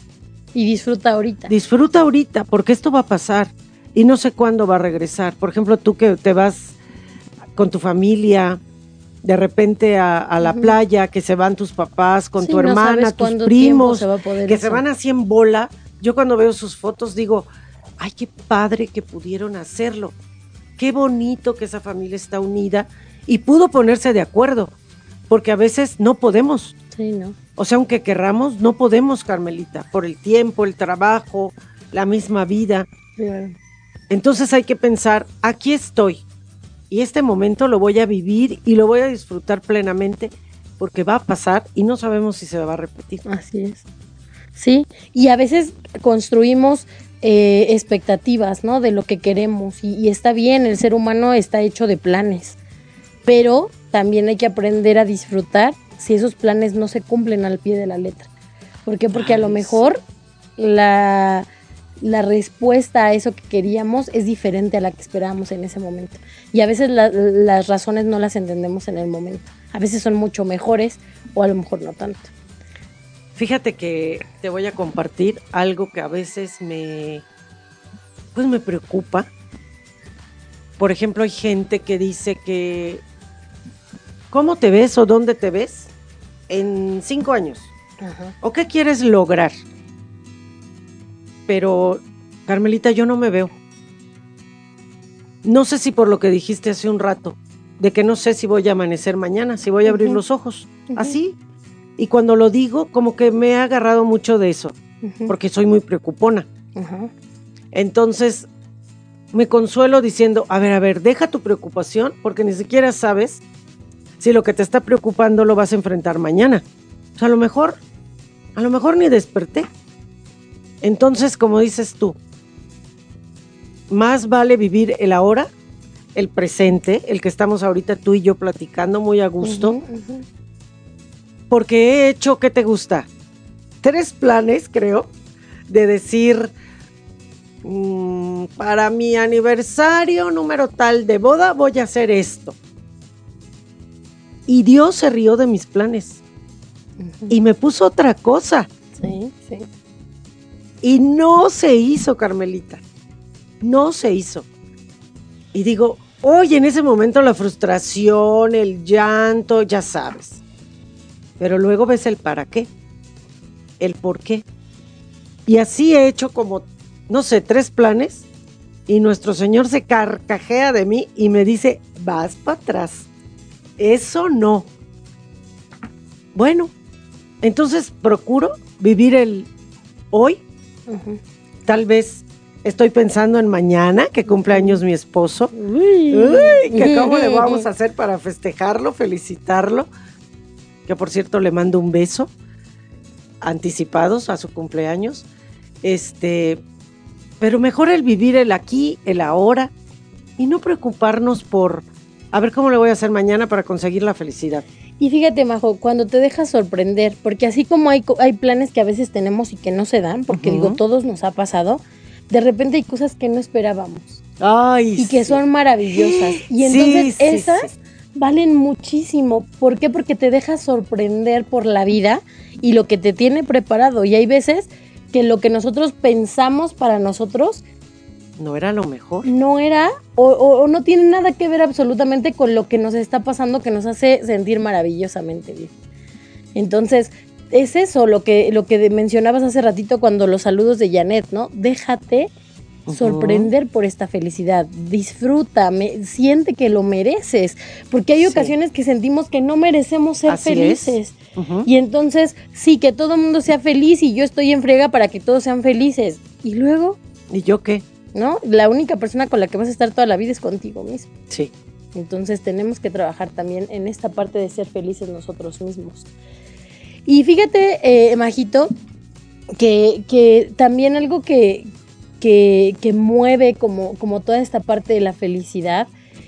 Y disfruta ahorita. Disfruta ahorita, porque esto va a pasar y no sé cuándo va a regresar. Por ejemplo, tú que te vas con tu familia, de repente a, a la uh-huh. playa, que se van tus papás, con sí, tu hermana, no tus primos, se va a poder que eso. se van así en bola. Yo cuando veo sus fotos digo, ay, qué padre que pudieron hacerlo. Qué bonito que esa familia está unida y pudo ponerse de acuerdo, porque a veces no podemos. Sí, ¿no? O sea, aunque querramos, no podemos, Carmelita, por el tiempo, el trabajo, la misma vida. Claro. Entonces hay que pensar, aquí estoy, y este momento lo voy a vivir y lo voy a disfrutar plenamente, porque va a pasar y no sabemos si se va a repetir. Así es. Sí, y a veces construimos eh, expectativas, ¿no? De lo que queremos, y, y está bien, el ser humano está hecho de planes, pero también hay que aprender a disfrutar si esos planes no se cumplen al pie de la letra. ¿Por qué? Porque Ay, a lo mejor sí. la, la respuesta a eso que queríamos es diferente a la que esperábamos en ese momento. Y a veces la, las razones no las entendemos en el momento. A veces son mucho mejores o a lo mejor no tanto. Fíjate que te voy a compartir algo que a veces me, pues me preocupa. Por ejemplo, hay gente que dice que ¿cómo te ves o dónde te ves en cinco años? Ajá. ¿O qué quieres lograr? Pero, Carmelita, yo no me veo. No sé si por lo que dijiste hace un rato, de que no sé si voy a amanecer mañana, si voy a abrir uh-huh. los ojos, uh-huh. así. Y cuando lo digo, como que me he agarrado mucho de eso, uh-huh. porque soy muy preocupona. Uh-huh. Entonces, me consuelo diciendo, a ver, a ver, deja tu preocupación, porque ni siquiera sabes si lo que te está preocupando lo vas a enfrentar mañana. O sea, a lo mejor, a lo mejor ni desperté. Entonces, como dices tú, más vale vivir el ahora, el presente, el que estamos ahorita tú y yo platicando muy a gusto, uh-huh, uh-huh. porque he hecho, ¿qué te gusta? Tres planes, creo, de decir, mmm, mmm, para mi aniversario número tal de boda voy a hacer esto. Y Dios se rió de mis planes. Uh-huh. Y me puso otra cosa. Sí, sí. Y no se hizo, Carmelita. No se hizo. Y digo, oye, en ese momento la frustración, el llanto, ya sabes. Pero luego ves el para qué, el por qué. Y así he hecho como, no sé, tres planes. Y nuestro Señor se carcajea de mí y me dice, vas para atrás. Eso no. Bueno, entonces procuro vivir el hoy. Uh-huh. Tal vez estoy pensando en mañana, que cumple años mi esposo. Uy. Uy, que cómo le vamos a hacer para festejarlo, felicitarlo. Que por cierto le mando un beso anticipados a su cumpleaños. Este, pero mejor el vivir el aquí, el ahora y no preocuparnos por a ver cómo le voy a hacer mañana para conseguir la felicidad. Y fíjate, Majo, cuando te dejas sorprender, porque así como hay, hay planes que a veces tenemos y que no se dan, porque uh-huh. digo, todos nos ha pasado, de repente hay cosas que no esperábamos. Ay, y que sí. son maravillosas. Y entonces sí, esas sí, sí. valen muchísimo. ¿Por qué? Porque te dejas sorprender por la vida y lo que te tiene preparado. Y hay veces que lo que nosotros pensamos para nosotros no era lo mejor. No era, o, o, o no tiene nada que ver absolutamente con lo que nos está pasando, que nos hace sentir maravillosamente bien. Entonces, es eso lo que, lo que mencionabas hace ratito cuando los saludos de Janet, ¿no? Déjate uh-huh. sorprender por esta felicidad. Disfruta, me, siente que lo mereces. Porque hay sí. ocasiones que sentimos que no merecemos ser Así felices. Uh-huh. Y entonces, sí, que todo el mundo sea feliz y yo estoy en friega para que todos sean felices. Y luego... ¿Y yo qué? ¿No? La única persona con la que vas a estar toda la vida es contigo mismo. Sí. Entonces tenemos que trabajar también en esta parte de ser felices nosotros mismos. Y fíjate, eh, Majito, que, que también algo que, que, que mueve como, como toda esta parte de la felicidad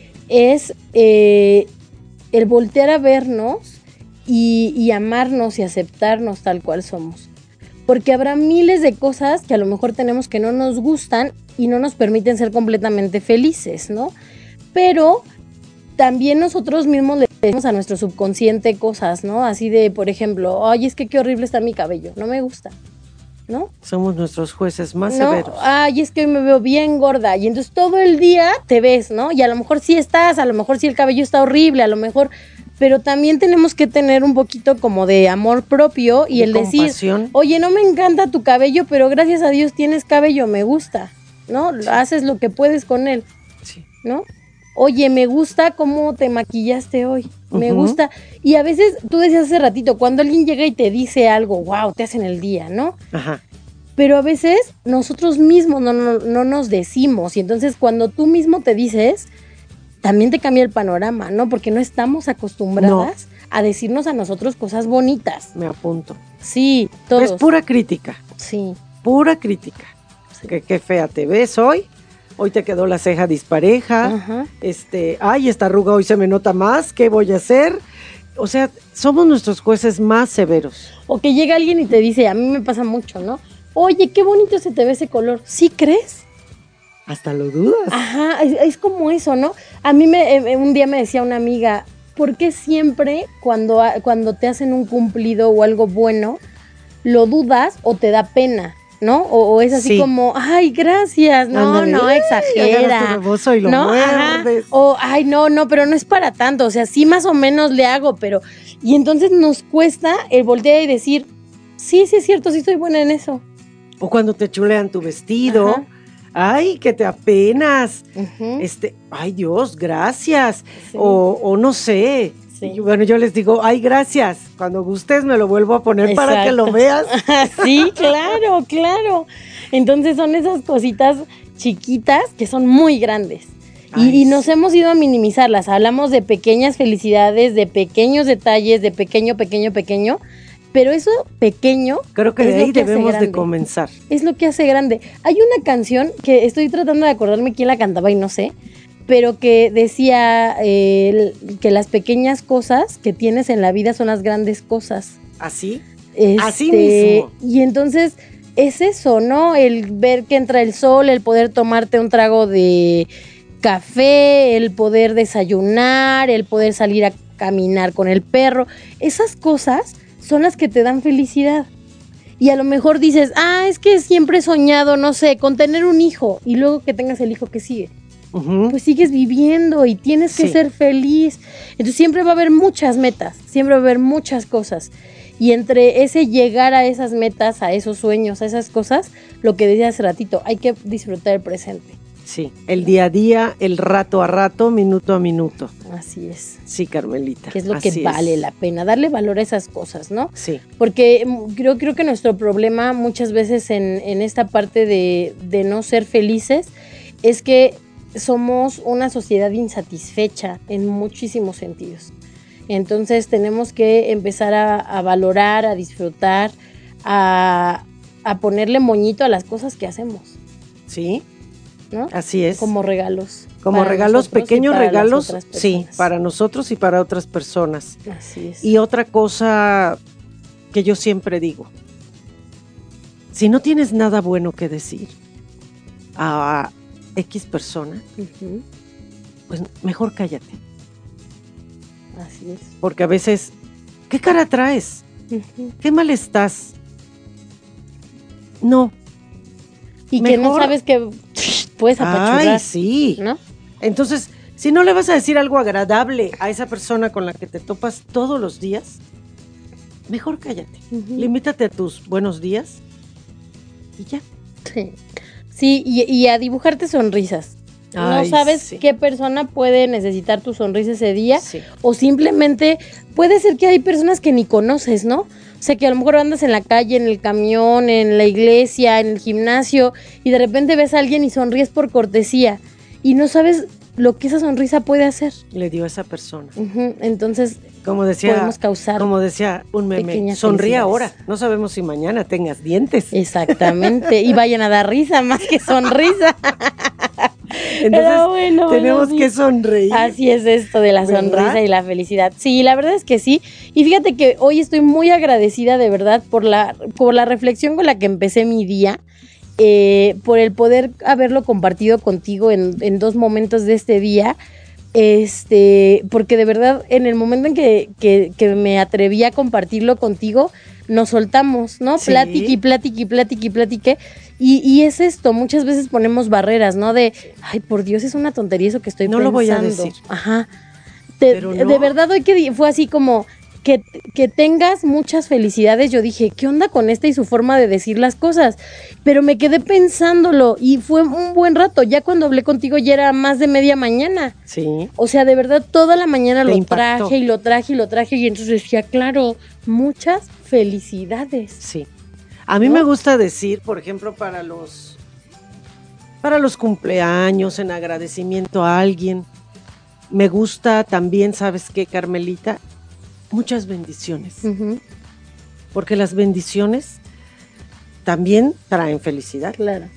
es eh, el voltear a vernos y, y amarnos y aceptarnos tal cual somos. Porque habrá miles de cosas que a lo mejor tenemos que no nos gustan y no nos permiten ser completamente felices, ¿no? Pero también nosotros mismos le decimos a nuestro subconsciente cosas, ¿no? Así de, por ejemplo, ay, es que qué horrible está mi cabello, no me gusta, ¿no? Somos nuestros jueces más no, severos. Ay, es que hoy me veo bien gorda y entonces todo el día te ves, ¿no? Y a lo mejor sí estás, a lo mejor sí el cabello está horrible, a lo mejor... Pero también tenemos que tener un poquito como de amor propio y de el compasión. Decir, oye, no me encanta tu cabello, pero gracias a Dios tienes cabello, me gusta, ¿no? Sí. Haces lo que puedes con él, sí. ¿no? Oye, me gusta cómo te maquillaste hoy, uh-huh. me gusta. Y a veces, tú decías hace ratito, cuando alguien llega y te dice algo, wow, te hacen el día, ¿no? Ajá. Pero a veces nosotros mismos no, no, no nos decimos y entonces cuando tú mismo te dices... también te cambia el panorama, ¿no? Porque no estamos acostumbradas no. a decirnos a nosotros cosas bonitas. Me apunto. Sí, todos. Es pura crítica. Sí. Pura crítica. Sí. Que qué fea te ves hoy. Hoy te quedó la ceja dispareja. Ajá. Este, ay, esta arruga hoy se me nota más. ¿Qué voy a hacer? O sea, somos nuestros jueces más severos. O que llega alguien y te dice, a mí me pasa mucho, ¿no? Oye, qué bonito se te ve ese color. ¿Sí crees? Hasta lo dudas. Ajá, es, es como eso, ¿no? A mí me, eh, un día me decía una amiga, ¿por qué siempre cuando, cuando te hacen un cumplido o algo bueno, lo dudas o te da pena, ¿no? O, o es así sí. como, ay, gracias, no, Ándale. no, exagera. Y lo ¿no? O, ay, no, no, pero no es para tanto, o sea, sí más o menos le hago, pero... Y entonces nos cuesta el voltear y decir, sí, sí es cierto, sí estoy buena en eso. O cuando te chulean tu vestido... Ajá. Ay, que te apenas, uh-huh. este, ay Dios, gracias, sí. o, o no sé, sí. y bueno, yo les digo, ay, gracias, cuando gustes me lo vuelvo a poner Exacto. para que lo veas. Sí, claro, claro, entonces son esas cositas chiquitas que son muy grandes, y, y nos sí. hemos ido a minimizarlas, hablamos de pequeñas felicidades, de pequeños detalles, de pequeño, pequeño, pequeño, pero eso pequeño... Creo que de ahí debemos de comenzar. Es lo que hace grande. Hay una canción que estoy tratando de acordarme quién la cantaba y no sé, pero que decía eh, que las pequeñas cosas que tienes en la vida son las grandes cosas. ¿Así? Este, Así mismo. Y entonces es eso, ¿no? El ver que entra el sol, el poder tomarte un trago de café, el poder desayunar, el poder salir a caminar con el perro. Esas cosas son las que te dan felicidad. Y a lo mejor dices, ah, es que siempre he soñado, no sé, con tener un hijo. Y luego que tengas el hijo que sigue. Uh-huh. Pues sigues viviendo y tienes que sí. ser feliz. Entonces siempre va a haber muchas metas, siempre va a haber muchas cosas. Y entre ese llegar a esas metas, a esos sueños, a esas cosas, lo que decía hace ratito, hay que disfrutar el presente. Sí, el día a día, el rato a rato, minuto a minuto. Así es. Sí, Carmelita. Que es lo así que vale es. la pena, darle valor a esas cosas, ¿no? Sí. Porque creo, creo que nuestro problema muchas veces en, en esta parte de, de no ser felices es que somos una sociedad insatisfecha en muchísimos sentidos. Entonces tenemos que empezar a, a valorar, a disfrutar, a, a ponerle moñito a las cosas que hacemos. Sí. ¿No? Así es. Como regalos. Como regalos, pequeños regalos, sí, para nosotros y para otras personas. Así es. Y otra cosa que yo siempre digo, si no tienes nada bueno que decir a X persona, uh-huh. pues mejor cállate. Así es. Porque a veces, ¿qué cara traes? Uh-huh. ¿Qué mal estás? No. Y mejor... que no sabes que puedes apachurrar. Ay, sí. ¿No? Entonces, si no le vas a decir algo agradable a esa persona con la que te topas todos los días, mejor cállate. Uh-huh. Limítate a tus buenos días y ya. Sí, sí y, y a dibujarte sonrisas. Ay, no sabes sí. qué persona puede necesitar tu sonrisa ese día, sí. o simplemente puede ser que hay personas que ni conoces, ¿no? O sea, que a lo mejor andas en la calle, en el camión, en la iglesia, en el gimnasio, y de repente ves a alguien y sonríes por cortesía, y no sabes lo que esa sonrisa puede hacer. Le dio a esa persona. Uh-huh. Entonces, como decía, podemos causar como decía un meme, sonríe ahora, no sabemos si mañana tengas dientes. Exactamente, y vayan a dar risa más que sonrisa. Entonces, bueno, tenemos bueno, que sonreír. Así es esto de la ¿verdad? Sonrisa y la felicidad. Sí, la verdad es que sí. Y fíjate que hoy estoy muy agradecida de verdad por la, por la reflexión con la que empecé mi día, eh, por el poder haberlo compartido contigo en, en dos momentos de este día. Este, porque de verdad, en el momento en que, que, que me atreví a compartirlo contigo, nos soltamos, ¿no? Sí. Plática y plática y plática y plática. Y, y es esto, muchas veces ponemos barreras, ¿no? De, ay, por Dios, es una tontería eso que estoy no pensando. No lo voy a decir. Ajá. Te, no. De verdad, hoy que fue así como que, que tengas muchas felicidades. Yo dije, ¿qué onda con esta y su forma de decir las cosas? Pero me quedé pensándolo y fue un buen rato. Ya cuando hablé contigo ya era más de media mañana. Sí. O sea, de verdad, toda la mañana Te lo impactó. traje y lo traje y lo traje. Y entonces decía, claro, muchas felicidades. Sí. A mí ¿no? me gusta decir, por ejemplo, para los, para los cumpleaños, en agradecimiento a alguien, me gusta también, ¿sabes qué, Carmelita? Muchas bendiciones. Uh-huh. Porque las bendiciones también traen felicidad. Claro.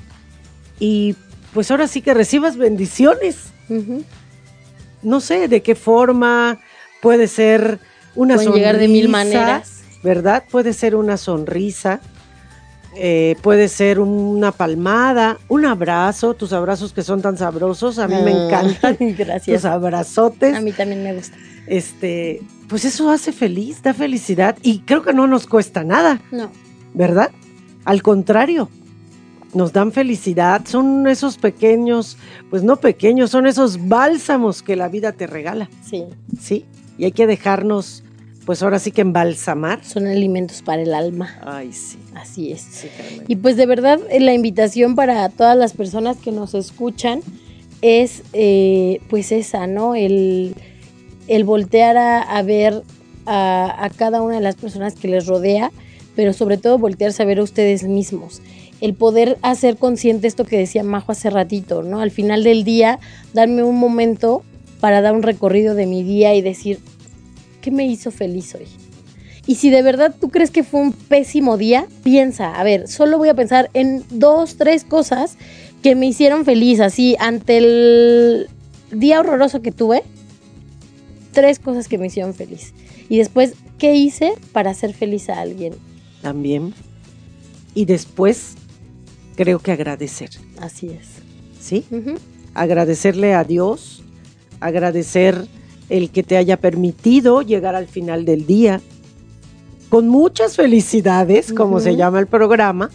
Y pues ahora sí que recibas bendiciones. Uh-huh. No sé de qué forma, puede ser una Pueden sonrisa. llegar de mil maneras. ¿Verdad? Puede ser una sonrisa, eh, puede ser una palmada, un abrazo, tus abrazos que son tan sabrosos, a mí ah, me encantan. Gracias. Tus abrazotes. A mí también me gusta. Este, pues eso hace feliz, da felicidad y creo que no nos cuesta nada. No. ¿Verdad? Al contrario, nos dan felicidad, son esos pequeños, pues no pequeños, son esos bálsamos que la vida te regala. Sí. Sí, y hay que dejarnos... Pues ahora sí que embalsamar. Son alimentos para el alma. Ay, sí. Así es. Sí, y pues de verdad la invitación para todas las personas que nos escuchan es eh, pues esa, ¿no? El, el voltear a, a ver a, a cada una de las personas que les rodea, pero sobre todo voltearse a ver a ustedes mismos. El poder hacer consciente esto que decía Majo hace ratito, ¿no? Al final del día, darme un momento para dar un recorrido de mi día y decir... ¿qué me hizo feliz hoy? Y si de verdad tú crees que fue un pésimo día, piensa, a ver, solo voy a pensar en dos, tres cosas que me hicieron feliz, así, ante el día horroroso que tuve, tres cosas que me hicieron feliz. Y después, ¿qué hice para hacer feliz a alguien? También. y después creo que agradecer. Así es. ¿Sí? Uh-huh. Agradecerle a Dios, agradecer el que te haya permitido llegar al final del día, con muchas felicidades, como uh-huh. se llama el programa,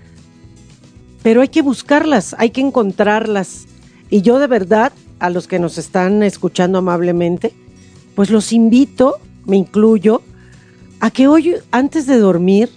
pero hay que buscarlas, hay que encontrarlas. Y yo de verdad, a los que nos están escuchando amablemente, pues los invito, me incluyo, a que hoy, antes de dormir,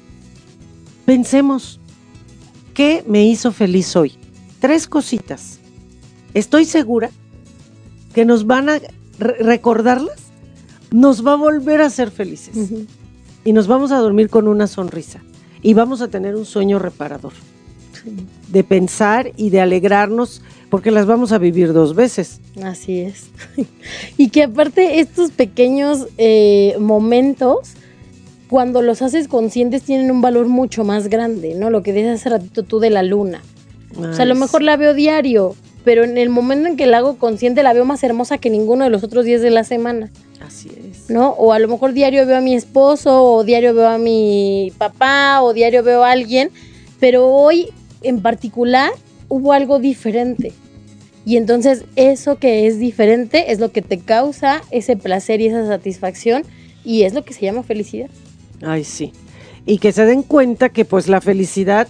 pensemos, ¿qué me hizo feliz hoy? Tres cositas. Estoy segura que nos van a re- recordarlas, nos va a volver a ser felices. Uh-huh. Y nos vamos a dormir con una sonrisa. Y vamos a tener un sueño reparador. Sí. De pensar y de alegrarnos, porque las vamos a vivir dos veces. Así es. Y que aparte estos pequeños eh, momentos, cuando los haces conscientes, tienen un valor mucho más grande, ¿no? Lo que dices hace ratito tú de la luna. Ay, o sea, a lo mejor sí. la veo diario, pero en el momento en que la hago consciente, la veo más hermosa que ninguno de los otros días de la semana. Así es. ¿No? O a lo mejor diario veo a mi esposo, o diario veo a mi papá, o diario veo a alguien, pero hoy en particular hubo algo diferente. Y entonces eso que es diferente es lo que te causa ese placer y esa satisfacción, y es lo que se llama felicidad. Ay, sí. Y que se den cuenta que pues la felicidad,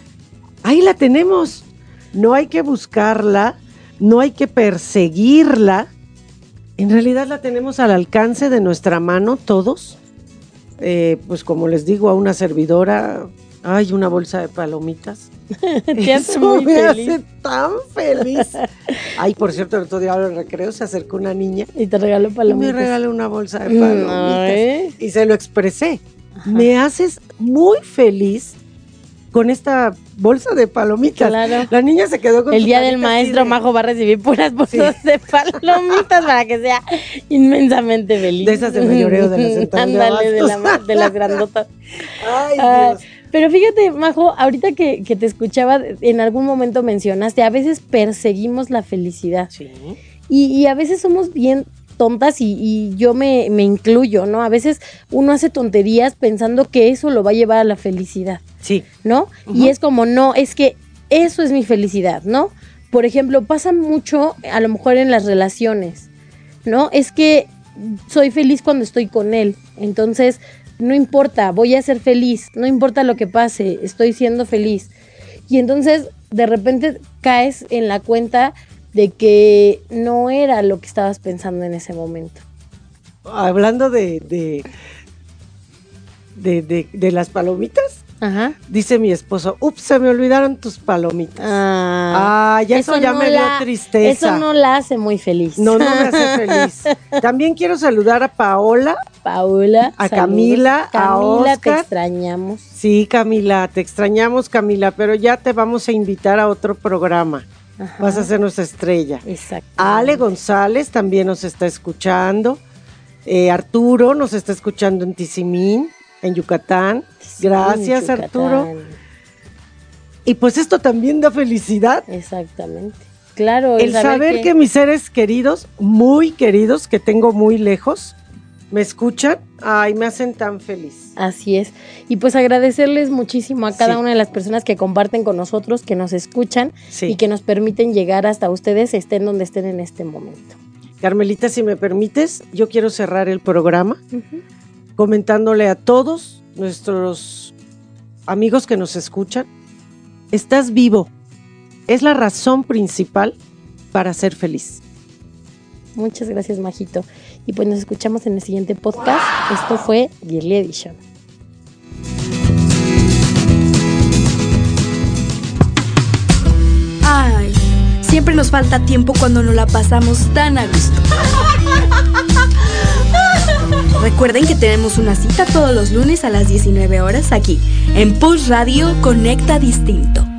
ahí la tenemos. No hay que buscarla, no hay que perseguirla. En realidad la tenemos al alcance de nuestra mano todos. Eh, pues como les digo a una servidora, ay, una bolsa de palomitas. Te hace Eso muy me feliz. hace tan feliz. Ay, por cierto, el otro día al recreo se acercó una niña y te regaló palomitas. Y me regaló una bolsa de palomitas. Ay. Y se lo expresé. Ajá. Me haces muy feliz con esta bolsa de palomitas. Claro. La niña se quedó con el día del maestro, de... Majo va a recibir puras bolsas sí. de palomitas para que sea inmensamente feliz. De esas de mayoreo de las centrales. Ándale, de, la, de las grandotas. Ay, uh, Dios. Pero fíjate, Majo, ahorita que, que te escuchaba, en algún momento mencionaste, a veces perseguimos la felicidad. Sí. Y, y a veces somos bien tontas y, y yo me, me incluyo, ¿no? A veces uno hace tonterías pensando que eso lo va a llevar a la felicidad. Sí. ¿No? Uh-huh. Y es como, no, es que eso es mi felicidad, ¿no? Por ejemplo, pasa mucho a lo mejor en las relaciones, ¿no? Es que soy feliz cuando estoy con él, entonces no importa, voy a ser feliz, no importa lo que pase, estoy siendo feliz. Y entonces de repente caes en la cuenta de que no era lo que estabas pensando en ese momento. Hablando de de, de, de, de las palomitas, ajá. Dice mi esposo, ups, se me olvidaron tus palomitas. Ah, ah ya eso, eso ya no me la, dio tristeza. Eso no la hace muy feliz. No, no me hace feliz. También quiero saludar a Paola. Paola. A saludos. Camila, Camila, a Oscar. Te extrañamos. Sí, Camila, te extrañamos, Camila, pero ya te vamos a invitar a otro programa. Ajá. Vas a ser nuestra estrella. Exacto. Ale González también nos está escuchando. Eh, Arturo nos está escuchando en Tizimín, en Yucatán. Sí, gracias, en Yucatán. Arturo. Y pues esto también da felicidad. Exactamente. Claro. El, el saber, saber que... que mis seres queridos, muy queridos, que tengo muy lejos, me escuchan, ay, me hacen tan feliz. Así es. Y pues agradecerles muchísimo a cada sí. una de las personas que comparten con nosotros, que nos escuchan sí. y que nos permiten llegar hasta ustedes, estén donde estén en este momento. Carmelita, si me permites, yo quiero cerrar el programa uh-huh. comentándole a todos nuestros amigos que nos escuchan, estás vivo, es la razón principal para ser feliz. Muchas gracias, Majito. Y pues nos escuchamos en el siguiente podcast. Esto fue Girly Edition. Ay, siempre nos falta tiempo cuando nos la pasamos tan a gusto. Recuerden que tenemos una cita todos los lunes a las diecinueve horas aquí, en Pulse Radio Conecta Distinto.